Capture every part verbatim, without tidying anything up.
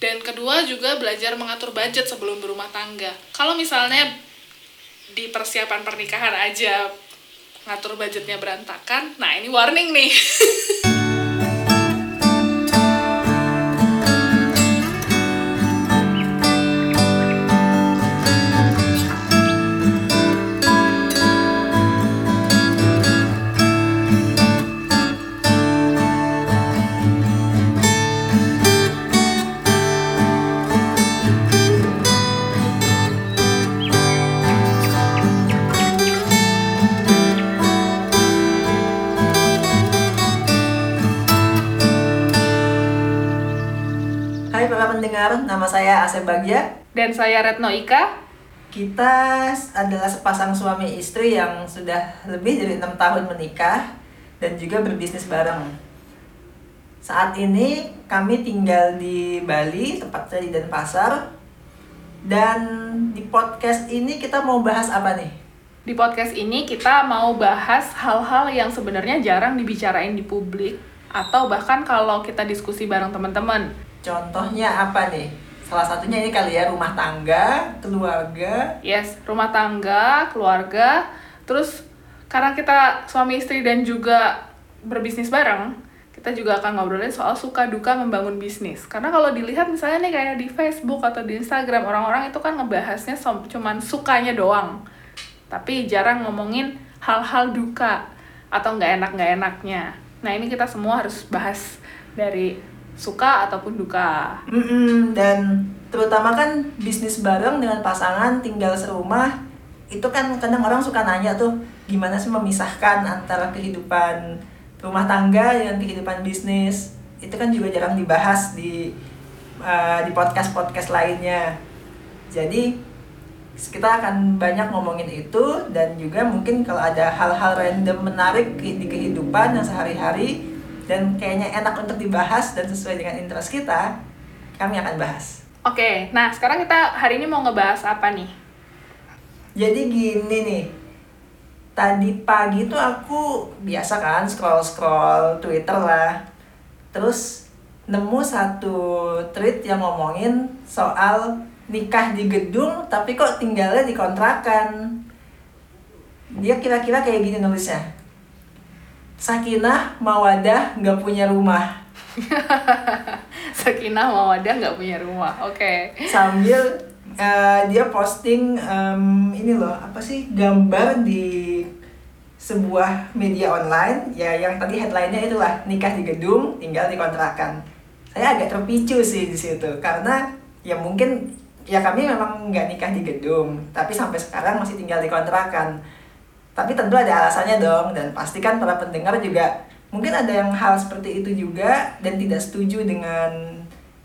Dan kedua juga belajar mengatur budget sebelum berumah tangga. Kalau misalnya di persiapan pernikahan aja ngatur budgetnya berantakan, nah ini warning nih. Hai para pendengar, nama saya Asep Bagja. Dan saya Retno Ika. Kita adalah sepasang suami istri yang sudah lebih dari enam tahun menikah dan juga berbisnis bareng. Saat ini kami tinggal di Bali, tepatnya di Denpasar. Dan di podcast ini kita mau bahas apa nih? Di podcast ini kita mau bahas hal-hal yang sebenarnya jarang dibicarain di publik, atau bahkan kalau kita diskusi bareng teman-teman. Contohnya apa nih? Salah satunya ini kali ya, rumah tangga, keluarga. Yes, rumah tangga, keluarga. Terus karena kita suami istri dan juga berbisnis bareng, kita juga akan ngobrolin soal suka duka membangun bisnis. Karena kalau dilihat misalnya nih kayak di Facebook atau di Instagram, orang-orang itu kan ngebahasnya som- cuman sukanya doang. Tapi jarang ngomongin hal-hal duka atau nggak enak-nggak enaknya. Nah ini kita semua harus bahas dari suka ataupun duka. Mm-mm, dan terutama kan bisnis bareng dengan pasangan tinggal serumah, itu kan kadang orang suka nanya tuh gimana sih memisahkan antara kehidupan rumah tangga dengan kehidupan bisnis. Itu kan juga jarang dibahas di uh, di podcast-podcast lainnya. Jadi kita akan banyak ngomongin itu, dan juga mungkin kalau ada hal-hal random menarik di kehidupan yang sehari-hari dan kayaknya enak untuk dibahas dan sesuai dengan interest kita, kami akan bahas. Oke, nah sekarang kita hari ini mau ngebahas apa nih? Jadi gini nih, tadi pagi tuh aku biasa kan scroll-scroll Twitter lah, terus nemu satu tweet yang ngomongin soal nikah di gedung tapi kok tinggalnya di kontrakan. Dia kira-kira kayak gini nulisnya: Sakinah Mawadah nggak punya rumah. Sakinah Mawadah nggak punya rumah, oke. Okay. Sambil uh, dia posting um, ini loh, apa sih, gambar di sebuah media online ya, yang tadi headline-nya itulah nikah di gedung, tinggal di kontrakan. Saya agak terpicu sih di situ karena ya mungkin ya kami memang nggak nikah di gedung, tapi sampai sekarang masih tinggal di kontrakan. Tapi tentu ada alasannya dong, dan pastikan para pendengar juga mungkin ada yang hal seperti itu juga dan tidak setuju dengan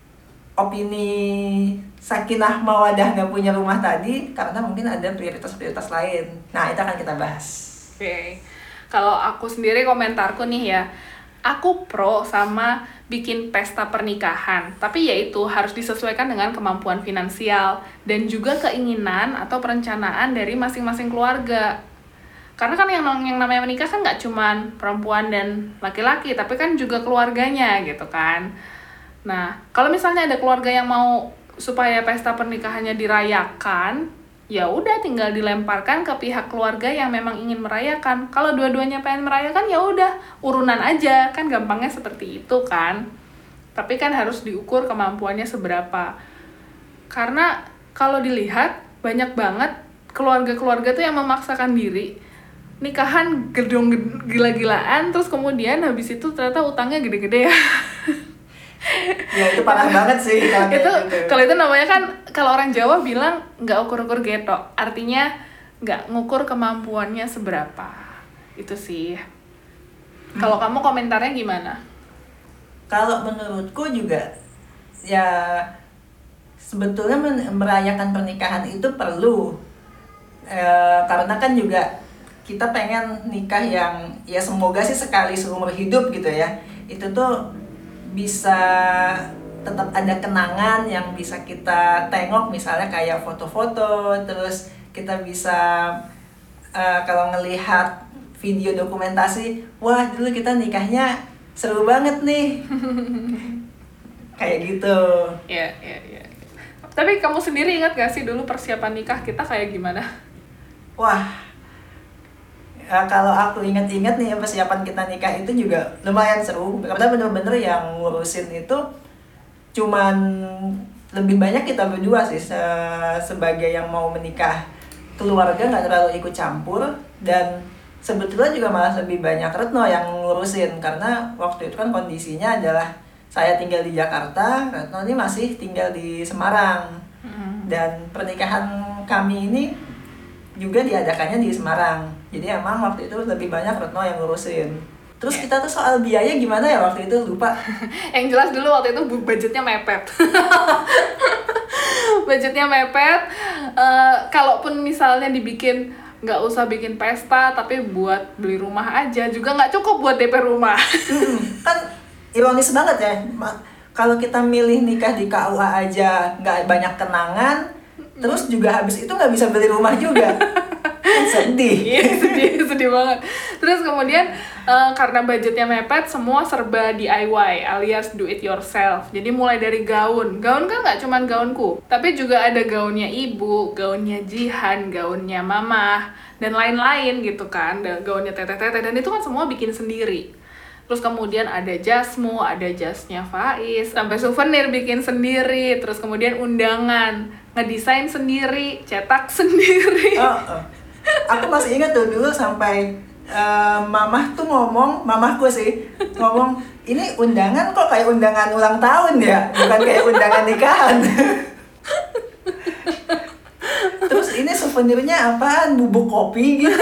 opini Sakinah Mawadah nggak punya rumah tadi, karena mungkin ada prioritas-prioritas lain. Nah, itu akan kita bahas. Oke, okay. Kalau aku sendiri komentarku nih ya, aku pro sama bikin pesta pernikahan, tapi yaitu harus disesuaikan dengan kemampuan finansial dan juga keinginan atau perencanaan dari masing-masing keluarga. Karena kan yang, yang namanya menikah kan nggak cuman perempuan dan laki-laki, tapi kan juga keluarganya gitu kan. Nah, kalau misalnya ada keluarga yang mau supaya pesta pernikahannya dirayakan, ya udah tinggal dilemparkan ke pihak keluarga yang memang ingin merayakan. Kalau dua-duanya pengen merayakan, ya udah urunan aja, kan gampangnya seperti itu kan. Tapi kan harus diukur kemampuannya seberapa. Karena kalau dilihat banyak banget keluarga-keluarga tuh yang memaksakan diri nikahan gedung gila-gilaan, terus kemudian habis itu ternyata utangnya gede-gede ya. Ya itu parah banget sih kalau itu gitu. Kalau itu namanya kan, kalau orang Jawa bilang nggak ukur-ukur getok, artinya nggak ngukur kemampuannya seberapa. Itu sih. Hmm. Kalau kamu komentarnya gimana? Kalau menurutku juga ya sebetulnya merayakan pernikahan itu perlu, e, karena kan juga kita pengen nikah yang ya semoga sih sekali seumur hidup gitu ya. Itu tuh bisa tetap ada kenangan yang bisa kita tengok, misalnya kayak foto-foto, terus kita bisa uh, kalau ngelihat video dokumentasi, wah dulu kita nikahnya seru banget nih. kayak gitu. Iya, iya, iya. Tapi kamu sendiri ingat gak sih dulu persiapan nikah kita kayak gimana? Wah, ya, kalau aku ingat-ingat nih persiapan kita nikah itu juga lumayan seru. Karena bener-bener yang ngurusin itu cuman lebih banyak kita berdua sih se- sebagai yang mau menikah. Keluarga nggak terlalu ikut campur, dan sebetulnya juga malah lebih banyak Retno yang ngurusin, karena waktu itu kan kondisinya adalah saya tinggal di Jakarta, Retno ini masih tinggal di Semarang. Hmm. Dan pernikahan kami ini juga diadakannya di Semarang. Jadi emang waktu itu lebih banyak Retno yang ngurusin. Terus kita tuh soal biaya gimana ya waktu itu, lupa. Yang jelas dulu waktu itu bu- budgetnya mepet. Budgetnya mepet. Eh, kalaupun misalnya dibikin nggak usah bikin pesta, tapi buat beli rumah aja juga nggak cukup buat D P rumah. Mm-mm. Kan ironis banget ya. Ma- Kalau kita milih nikah di K U A aja nggak banyak kenangan, terus juga habis itu nggak bisa beli rumah juga. Kan sedih. Iya, sedih, sedih banget. Terus kemudian eh, karena budgetnya mepet, semua serba D I Y alias do it yourself. Jadi mulai dari gaun, gaun kan nggak cuma gaunku, tapi juga ada gaunnya ibu, gaunnya Jihan, gaunnya mamah, dan lain-lain gitu kan. Dan gaunnya teteh-teteh, dan itu kan semua bikin sendiri. Terus kemudian ada jasmu, ada jasnya Faiz, sampai souvenir bikin sendiri. Terus kemudian undangan, ngedesain sendiri, cetak sendiri. Oh, oh. Aku masih ingat tuh dulu sampai eh, mamah tuh ngomong, mamahku sih ngomong, ini undangan kok kayak undangan ulang tahun ya, bukan kayak undangan nikahan. Terus ini souvenirnya apaan? Bubuk kopi gitu.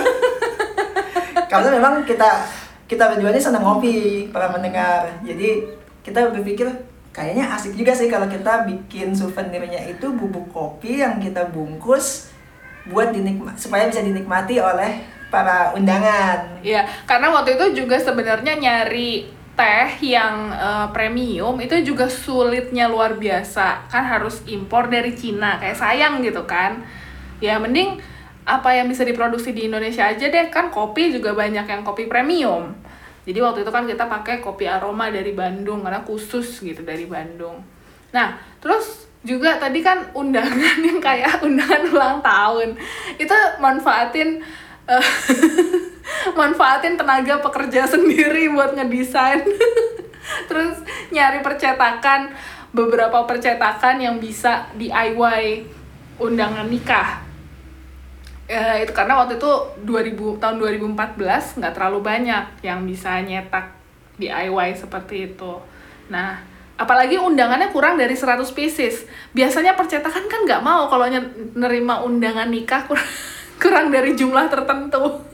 Karena memang kita kita berdua ini senang ngopi, para pendengar. Jadi kita berpikir kayaknya asik juga sih kalau kita bikin souvenirnya itu bubuk kopi yang kita bungkus buat dinikmati, supaya bisa dinikmati oleh para undangan. Iya, karena waktu itu juga sebenarnya nyari teh yang eh, premium itu juga sulitnya luar biasa. Kan harus impor dari Cina, kayak sayang gitu kan. Ya mending apa yang bisa diproduksi di Indonesia aja deh, kan kopi juga banyak yang kopi premium. Jadi waktu itu kan kita pakai kopi aroma dari Bandung, karena khusus gitu dari Bandung. Nah, terus juga tadi kan undangan yang kayak undangan ulang tahun. Itu manfaatin eh, manfaatin tenaga pekerja sendiri buat ngedesain. Terus nyari percetakan, beberapa percetakan yang bisa D I Y undangan nikah. Eh, itu karena waktu itu dua ribu tahun dua ribu empat belas nggak terlalu banyak yang bisa nyetak D I Y seperti itu. Nah, apalagi undangannya kurang dari seratus pieces. Biasanya percetakan kan nggak mau kalau nye- nerima undangan nikah kurang, kurang dari jumlah tertentu.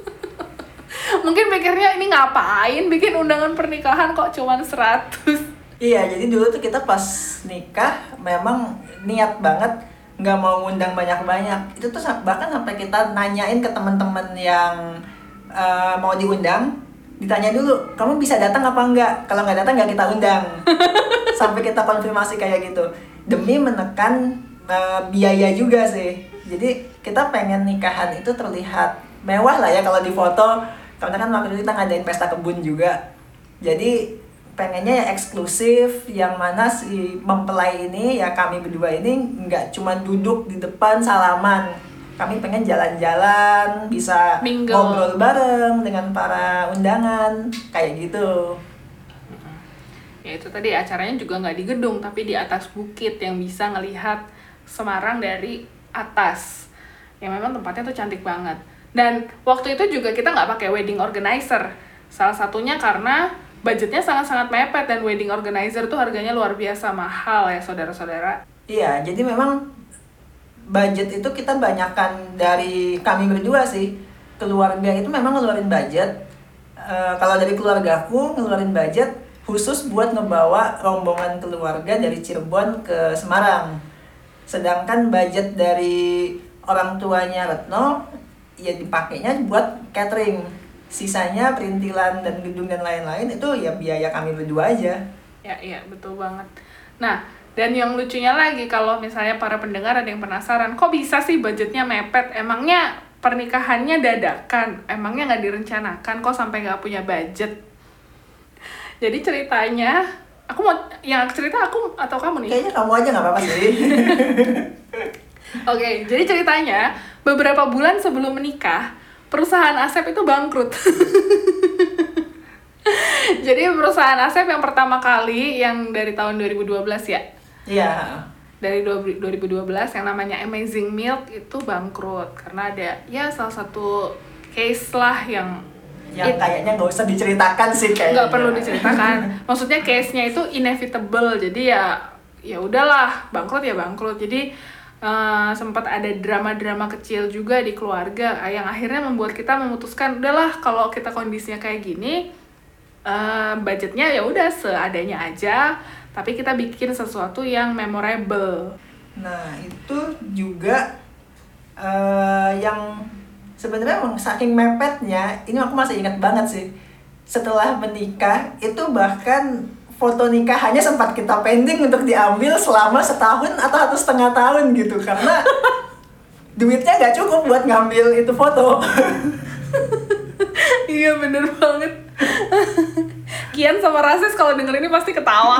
Mungkin mikirnya ini ngapain bikin undangan pernikahan kok cuma seratus. Iya, jadi dulu tuh kita pas nikah memang niat banget nggak mau ngundang banyak-banyak. Itu tuh sa- bahkan sampai kita nanyain ke teman-teman yang eh, mau diundang, ditanya dulu, kamu bisa datang apa enggak? Kalau nggak datang nggak kita undang. Sampai kita konfirmasi kayak gitu. Demi menekan eh, biaya juga sih. Jadi kita pengen nikahan itu terlihat mewah lah ya kalau di foto. Karena kan waktu itu kita ngadain pesta kebun juga. Jadi pengennya ya eksklusif, yang mana si mempelai ini ya kami berdua ini nggak cuma duduk di depan salaman. Kami pengen jalan-jalan, bisa Mingle. ngobrol bareng dengan para undangan, kayak gitu. Ya itu tadi acaranya juga nggak di gedung, tapi di atas bukit yang bisa ngelihat Semarang dari atas. Ya memang tempatnya tuh cantik banget. Dan waktu itu juga kita nggak pakai wedding organizer. Salah satunya karena budgetnya sangat-sangat mepet, dan wedding organizer tuh harganya luar biasa mahal ya saudara-saudara. Iya, jadi memang budget itu kita banyakkan dari kami berdua sih. Keluarga itu memang ngeluarin budget. Eh, kalau dari keluargaku ngeluarin budget khusus buat ngebawa rombongan keluarga dari Cirebon ke Semarang. Sedangkan budget dari orang tuanya Retno ya dipakainya buat catering. Sisanya perintilan dan gedung dan lain-lain itu ya biaya kami berdua aja. Ya, iya, betul banget. Nah, dan yang lucunya lagi, kalau misalnya para pendengar ada yang penasaran, kok bisa sih budgetnya mepet? Emangnya pernikahannya dadakan? Emangnya nggak direncanakan? Kok sampai nggak punya budget? Jadi ceritanya, Aku mau yang cerita aku atau kamu nih? Kayaknya kamu aja nggak apa-apa sih. Oke, jadi ceritanya beberapa bulan sebelum menikah, perusahaan Asep itu bangkrut. Jadi perusahaan Asep yang pertama kali yang dari tahun dua ribu dua belas ya. Iya. Dari dua ribu dua belas yang namanya Amazing Milk itu bangkrut karena ada ya salah satu case lah yang Yang kayaknya nggak usah diceritakan sih kayaknya. nggak perlu diceritakan. Maksudnya case-nya itu inevitable. Jadi ya ya udahlah, bangkrut ya bangkrut. Jadi uh, sempat ada drama-drama kecil juga di keluarga yang akhirnya membuat kita memutuskan udahlah kalau kita kondisinya kayak gini, uh, budgetnya ya udah seadanya aja, tapi kita bikin sesuatu yang memorable. Nah, itu juga uh, yang sebenarnya emang saking mepetnya, ini aku masih ingat banget sih. Setelah menikah, itu bahkan foto nikahannya sempat kita pending untuk diambil selama setahun atau satu setengah tahun gitu. Karena duitnya nggak cukup buat ngambil itu foto. Iya bener banget. Kian sama Rasis kalau denger ini pasti ketawa.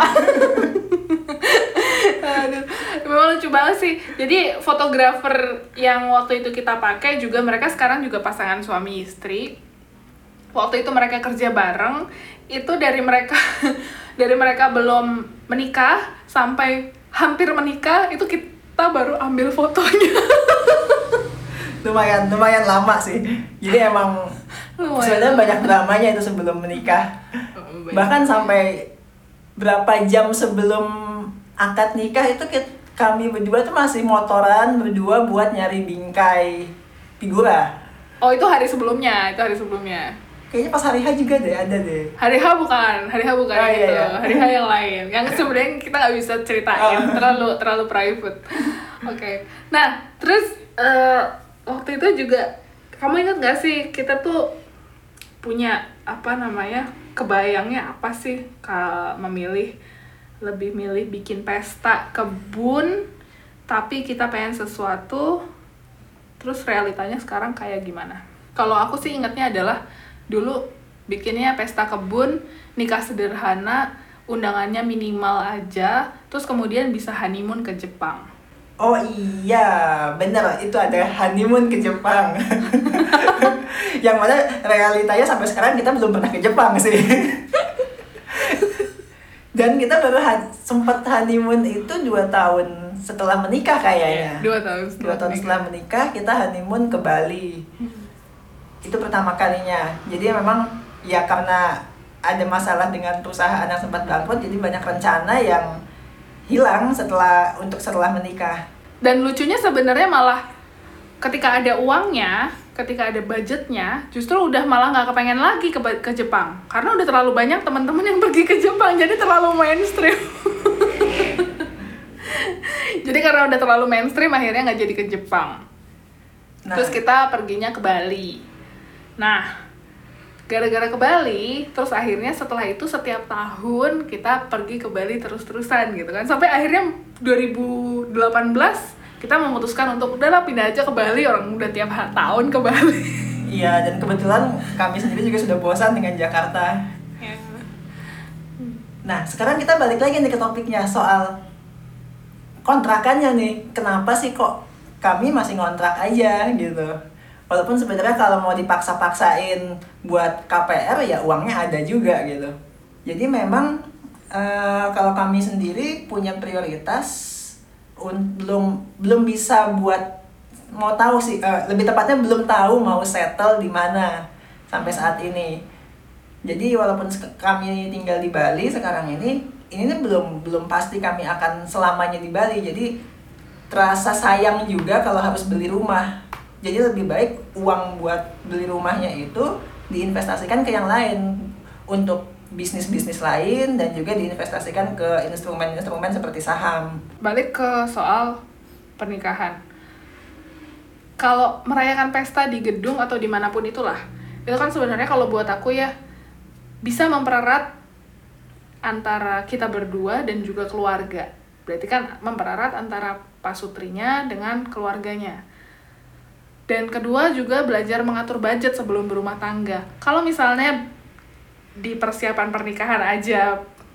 Aduh, memang lucu banget sih. Jadi fotografer yang waktu itu kita pakai juga mereka sekarang juga pasangan suami istri. Waktu itu mereka kerja bareng. Itu dari mereka dari mereka belum menikah sampai hampir menikah itu kita baru ambil fotonya. lumayan lumayan lama sih. Jadi emang sebenarnya banyak dramanya itu sebelum menikah. Bahkan sampai berapa jam sebelum akad nikah itu kita, kami berdua tuh masih motoran berdua buat nyari bingkai figura. Oh itu hari sebelumnya, itu hari sebelumnya. Kayaknya pas hari H juga deh, ada deh. Hari H bukan, hari H bukan oh, gitu. Iya, iya. Hari H yang lain. Yang sebenarnya kita nggak bisa ceritain, oh. terlalu terlalu private. Oke. Okay. Nah, terus uh, waktu itu juga kamu ingat nggak sih kita tuh punya apa namanya kebayangnya apa sih kalau memilih lebih milih bikin pesta kebun tapi kita pengen sesuatu terus realitanya sekarang kayak gimana? Kalau aku sih ingatnya adalah dulu bikinnya pesta kebun, nikah sederhana, undangannya minimal aja, terus kemudian bisa honeymoon ke Jepang. Oh iya, bener, itu ada honeymoon ke Jepang. Yang mana realitanya sampai sekarang kita belum pernah ke Jepang sih. Dan kita baru ha- sempat honeymoon itu dua tahun setelah menikah kayaknya. Dua tahun setelah, dua tahun setelah menikah kita honeymoon ke Bali. Hmm. Itu pertama kalinya. Jadi memang ya karena ada masalah dengan perusahaan yang sempat bangkrut, jadi banyak rencana yang hilang setelah untuk setelah menikah. Dan lucunya sebenarnya malah ketika ada uangnya, ketika ada budgetnya, justru udah malah nggak kepengen lagi ke ke Jepang karena udah terlalu banyak teman-teman yang pergi ke Jepang, jadi terlalu mainstream. Jadi karena udah terlalu mainstream akhirnya nggak jadi ke Jepang. Nah. Terus kita perginya ke Bali. Nah, gara-gara ke Bali, terus akhirnya setelah itu setiap tahun kita pergi ke Bali terus-terusan gitu kan. Sampai akhirnya dua ribu delapan belas kita memutuskan untuk udahlah pindah aja ke Bali, orang udah tiap tahun ke Bali. Iya, dan kebetulan kami sendiri juga sudah bosan dengan Jakarta. Ya. Nah, sekarang kita balik lagi nih ke topiknya soal kontrakannya nih. Kenapa sih kok kami masih ngontrak aja gitu? Walaupun sebenarnya kalau mau dipaksa-paksain buat K P R ya uangnya ada juga gitu. Jadi memang uh, kalau kami sendiri punya prioritas un- belum belum bisa buat mau tahu sih uh, lebih tepatnya belum tahu mau settle di mana sampai saat ini. Jadi walaupun kami tinggal di Bali sekarang ini ini belum belum pasti kami akan selamanya di Bali. Jadi terasa sayang juga kalau harus beli rumah. Jadi lebih baik uang buat beli rumahnya itu diinvestasikan ke yang lain untuk bisnis-bisnis lain dan juga diinvestasikan ke instrumen-instrumen seperti saham. Balik ke soal pernikahan. Kalau merayakan pesta di gedung atau dimanapun itulah, itu kan sebenarnya kalau buat aku ya bisa mempererat antara kita berdua dan juga keluarga. Berarti kan mempererat antara pasutrinya dengan keluarganya. Dan kedua juga belajar mengatur budget sebelum berumah tangga. Kalau misalnya di persiapan pernikahan aja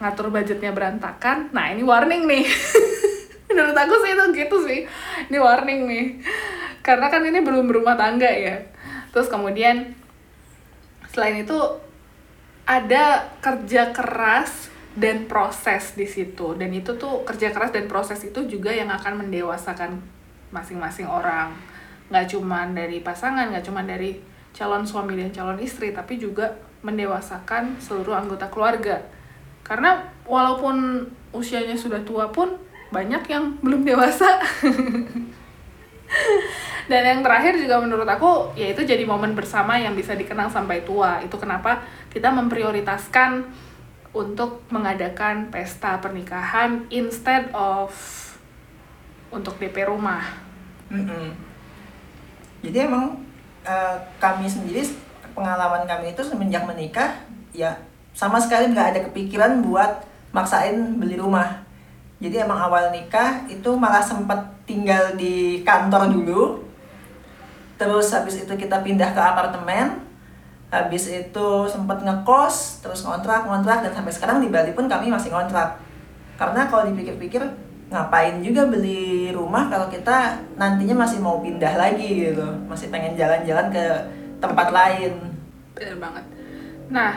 ngatur budgetnya berantakan. Nah ini warning nih. Menurut aku sih itu gitu sih, ini warning nih, karena kan ini belum berumah tangga ya. Terus kemudian selain itu ada kerja keras dan proses di situ, dan itu tuh kerja keras dan proses itu juga yang akan mendewasakan masing-masing orang, nggak cuman dari pasangan, nggak cuman dari calon suami dan calon istri, tapi juga mendewasakan seluruh anggota keluarga. Karena walaupun usianya sudah tua pun banyak yang belum dewasa. Dan yang terakhir juga menurut aku yaitu jadi momen bersama yang bisa dikenang sampai tua. Itu kenapa kita memprioritaskan untuk mengadakan pesta pernikahan instead of untuk D P rumah. Mm-mm. Jadi emang uh, kami sendiri, pengalaman kami itu semenjak menikah ya sama sekali nggak ada kepikiran buat maksain beli rumah. Jadi emang awal nikah itu malah sempat tinggal di kantor dulu. Terus habis itu kita pindah ke apartemen. Habis itu sempat ngekos, terus ngontrak, ngontrak dan sampai sekarang di Bali pun kami masih ngontrak. Karena kalau dipikir-pikir ngapain juga beli rumah kalau kita nantinya masih mau pindah lagi gitu. Masih pengen jalan-jalan ke tempat lain. Benar banget. Nah,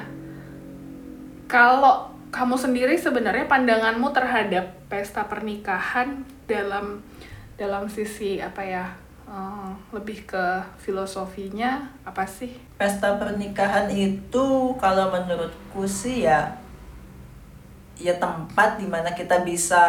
kalau kamu sendiri sebenarnya pandanganmu terhadap pesta pernikahan dalam dalam sisi apa ya, uh, lebih ke filosofinya apa sih? Pesta pernikahan itu kalau menurutku sih ya ya tempat dimana kita bisa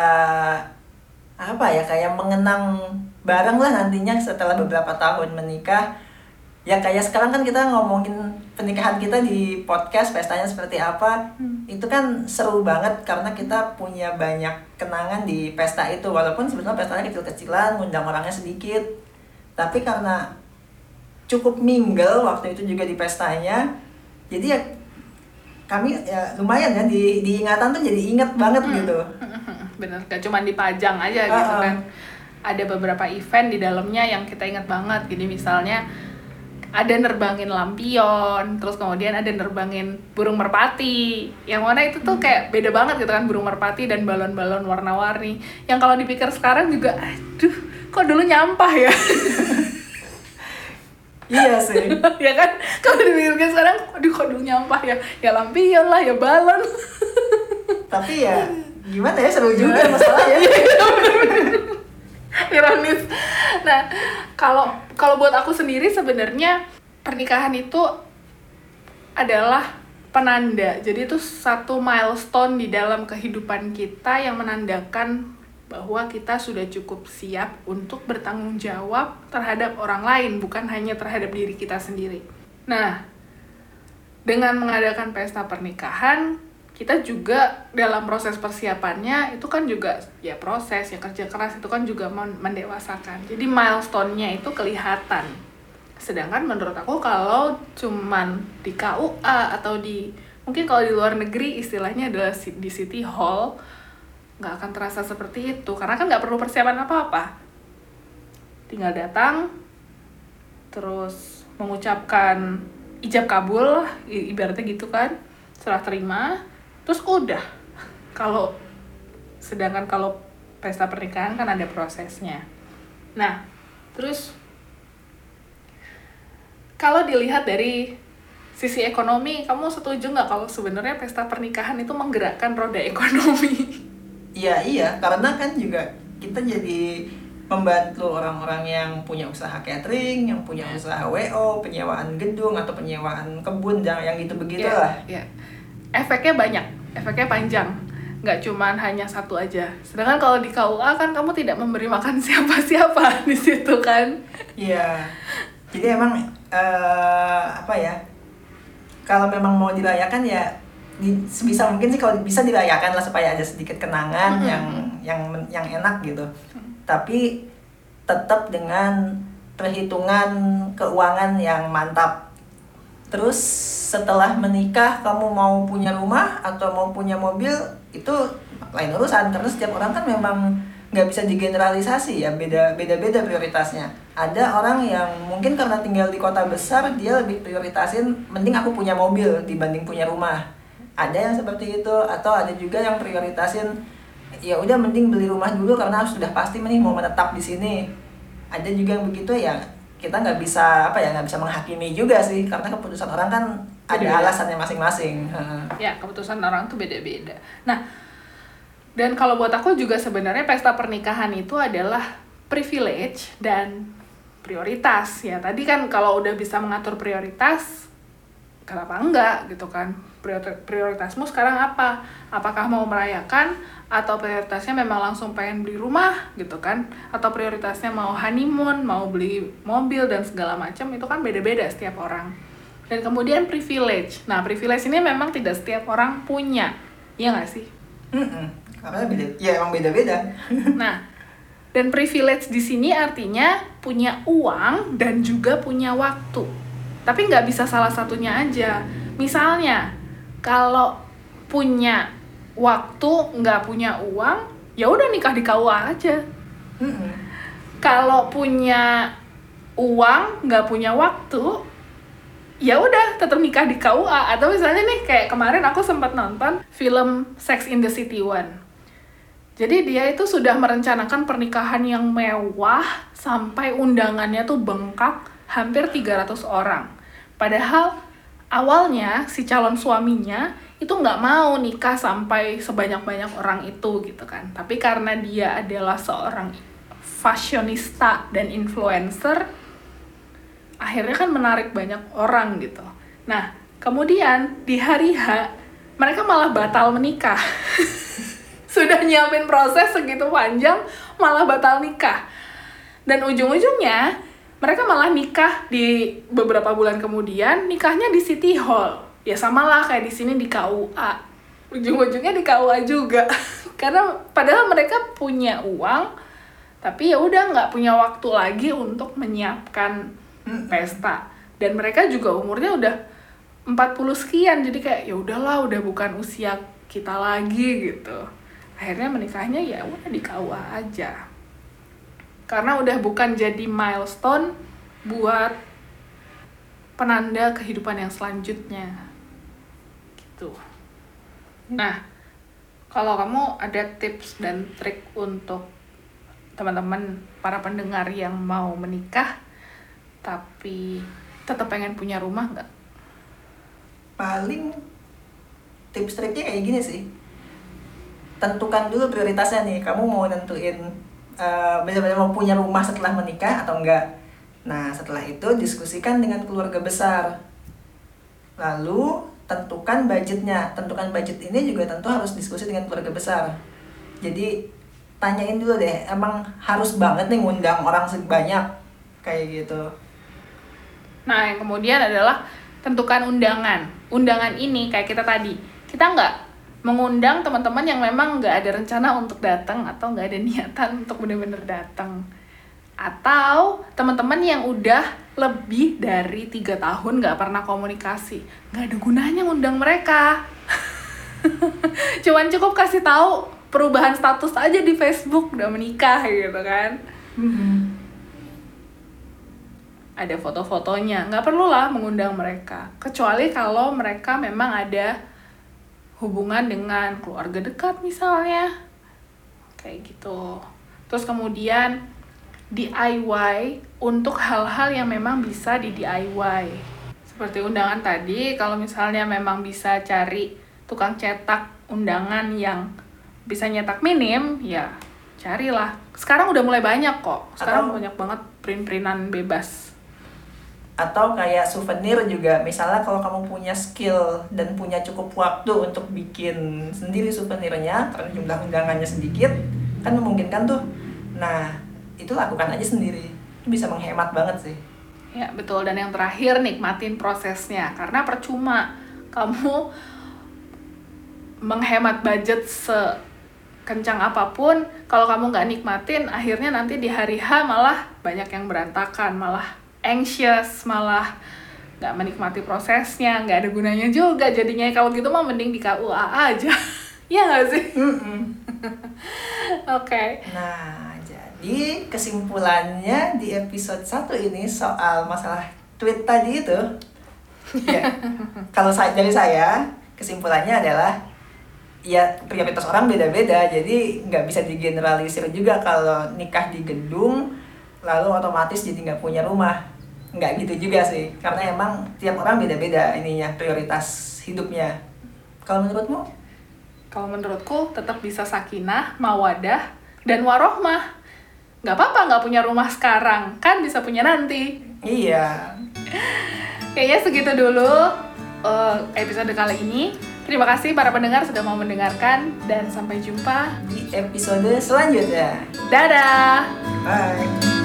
apa ya kayak mengenang bareng lah nantinya setelah beberapa tahun menikah. Ya kayak sekarang kan kita ngomongin pernikahan kita di podcast, pestanya seperti apa. Hmm. Itu kan seru banget karena kita punya banyak kenangan di pesta itu. Walaupun sebenarnya pestanya kecil-kecilan, ngundang orangnya sedikit. Tapi karena cukup mingle waktu itu juga di pestanya, jadi ya kami ya lumayan ya di, diingatan tuh jadi inget banget hmm. gitu. Bener, gak cuma dipajang aja uh-uh. gitu kan. Ada beberapa event di dalamnya yang kita inget banget. Jadi misalnya ada nerbangin lampion, terus kemudian ada nerbangin burung merpati, yang mana itu tuh kayak beda banget gitu kan, burung merpati dan balon-balon warna-warni, yang kalau dipikir sekarang juga, aduh, kok dulu nyampah ya. Iya sih. Ya kan, kalau dipikir sekarang, aduh kok dulu nyampah ya, ya lampion lah, ya balon. Tapi ya, gimana ya, seru juga masalahnya. Ironis. Nah, kalau kalau buat aku sendiri sebenarnya pernikahan itu adalah penanda. Jadi itu satu milestone di dalam kehidupan kita yang menandakan bahwa kita sudah cukup siap untuk bertanggung jawab terhadap orang lain, bukan hanya terhadap diri kita sendiri. Nah, dengan mengadakan pesta pernikahan, kita juga dalam proses persiapannya itu kan juga ya proses ya kerja keras itu kan juga mendewasakan. Jadi milestone-nya itu kelihatan. Sedangkan menurut aku kalau cuman di K U A atau di mungkin kalau di luar negeri istilahnya adalah di city hall, nggak akan terasa seperti itu karena kan nggak perlu persiapan apa-apa. Tinggal datang terus mengucapkan ijab kabul ibaratnya gitu kan, serah terima. Terus udah, kalau sedangkan kalau pesta pernikahan kan ada prosesnya. Nah, terus kalau dilihat dari sisi ekonomi, kamu setuju nggak kalau sebenarnya pesta pernikahan itu menggerakkan roda ekonomi? Iya iya, karena kan juga kita jadi membantu orang-orang yang punya usaha catering, yang punya usaha W O, penyewaan gedung atau penyewaan kebun, yang gitu-begitu yeah, lah. Yeah. Efeknya banyak. Efeknya panjang, nggak cuman hanya satu aja. Sedangkan kalau di K U A kan kamu tidak memberi makan siapa-siapa di situ kan? Iya. Jadi emang uh, apa ya? Kalau memang mau dirayakan ya di, sebisa mungkin sih kalau bisa dirayakan lah supaya ada sedikit kenangan mm-hmm. yang yang yang enak gitu. Mm-hmm. Tapi tetap dengan perhitungan keuangan yang mantap. Terus setelah menikah kamu mau punya rumah atau mau punya mobil itu lain urusan karena setiap orang kan memang nggak bisa digeneralisasi ya, beda beda beda prioritasnya. Ada orang yang mungkin karena tinggal di kota besar dia lebih prioritasin mending aku punya mobil dibanding punya rumah. Ada yang seperti itu, atau ada juga yang prioritasin ya udah mending beli rumah dulu karena sudah pasti nih mau menetap di sini. Ada juga yang begitu ya, kita nggak bisa apa ya nggak bisa menghakimi juga sih karena keputusan orang kan ada Beda-beda. alasannya masing-masing. Ya, keputusan orang tuh beda-beda. Nah, dan kalau buat aku juga sebenarnya pesta pernikahan itu adalah privilege dan prioritas. Ya, tadi kan kalau udah bisa mengatur prioritas, kenapa enggak gitu kan? Priori- Prioritasmu sekarang apa? Apakah mau merayakan atau prioritasnya memang langsung pengen beli rumah gitu kan? Atau prioritasnya mau honeymoon, mau beli mobil dan segala macam, itu kan beda-beda setiap orang. Dan kemudian privilege. Nah, privilege ini memang tidak setiap orang punya. Iya nggak sih? Mm-mm. Karena beda, ya emang beda-beda. Nah, dan privilege di sini artinya punya uang dan juga punya waktu. Tapi nggak bisa salah satunya aja. Misalnya, kalau punya waktu nggak punya uang, ya udah nikah di K U A aja. Mm-mm. Kalau punya uang nggak punya waktu, ya udah tetap nikah di K U A. Atau misalnya nih kayak kemarin aku sempat nonton film Sex in the City One. Jadi dia itu sudah merencanakan pernikahan yang mewah sampai undangannya tuh bengkak hampir tiga ratus orang. Padahal awalnya si calon suaminya itu nggak mau nikah sampai sebanyak-banyak orang itu gitu kan. Tapi karena dia adalah seorang fashionista dan influencer, akhirnya kan menarik banyak orang gitu. Nah, kemudian di hari H, mereka malah batal menikah. Sudah nyiapin proses segitu panjang, malah batal nikah. Dan ujung-ujungnya, mereka malah nikah di beberapa bulan kemudian, nikahnya di City Hall. Ya samalah kayak di sini di K U A. Ujung-ujungnya di K U A juga. Karena padahal mereka punya uang, tapi ya udah nggak punya waktu lagi untuk menyiapkan pesta. Dan mereka juga umurnya udah empat puluh sekian, jadi kayak ya udahlah, udah bukan usia kita lagi gitu. Akhirnya menikahnya ya udah di K U A aja. Karena udah bukan jadi milestone buat penanda kehidupan yang selanjutnya. Gitu. Nah, kalau kamu ada tips dan trik untuk teman-teman para pendengar yang mau menikah tapi tetap pengen punya rumah nggak? Paling tips triknya kayak gini sih. Tentukan dulu prioritasnya nih. Kamu mau nentuin uh, benar-benar mau punya rumah setelah menikah atau enggak. Nah, setelah itu diskusikan dengan keluarga besar. Lalu tentukan budgetnya. Tentukan budget ini juga tentu harus diskusi dengan keluarga besar. Jadi tanyain dulu deh, emang harus banget nih ngundang orang sebanyak kayak gitu. Nah, yang kemudian adalah tentukan undangan. Undangan ini kayak kita tadi, kita nggak mengundang teman-teman yang memang nggak ada rencana untuk datang atau nggak ada niatan untuk benar-benar datang. Atau teman-teman yang udah lebih dari tiga tahun nggak pernah komunikasi. Nggak ada gunanya ngundang mereka. Cuman cukup kasih tahu perubahan status aja di Facebook udah menikah gitu kan. Mm-hmm. Ada foto-fotonya, nggak perlu lah mengundang mereka. Kecuali kalau mereka memang ada hubungan dengan keluarga dekat misalnya. Kayak gitu. Terus kemudian D I Y untuk hal-hal yang memang bisa di D I Y. Seperti undangan tadi, kalau misalnya memang bisa cari tukang cetak undangan yang bisa nyetak minim, ya carilah. Sekarang udah mulai banyak kok. Sekarang Atau, banyak banget print-printan bebas. Atau kayak souvenir juga. Misalnya kalau kamu punya skill dan punya cukup waktu untuk bikin sendiri souvenirnya, karena jumlah undangannya sedikit, kan memungkinkan tuh. Nah, itu lakukan aja sendiri. Itu bisa menghemat banget sih. Ya, betul. Dan yang terakhir, nikmatin prosesnya. Karena percuma kamu menghemat budget sekencang apapun, kalau kamu nggak nikmatin, akhirnya nanti di hari H malah banyak yang berantakan, malah anxious, malah nggak menikmati prosesnya, nggak ada gunanya juga jadinya. Kalau gitu mah mending di K U A aja. Iya nggak sih? Mm-mm. Oke. Okay. Nah, jadi kesimpulannya di episode satu ini soal masalah tweet tadi itu, ya, kalau saya dari saya, kesimpulannya adalah ya prioritas orang beda-beda, jadi nggak bisa digeneralisir juga kalau nikah di gedung lalu otomatis jadi nggak punya rumah. Nggak gitu juga sih, karena emang tiap orang beda-beda ininya prioritas hidupnya. Kalau menurutmu? Kalau menurutku tetap bisa sakinah, mawadah, dan warohmah. Nggak apa-apa nggak punya rumah sekarang, kan bisa punya nanti. Iya. Kayaknya segitu dulu uh, episode kali ini. Terima kasih para pendengar sudah mau mendengarkan, dan sampai jumpa Di episode selanjutnya. Dadah! Bye.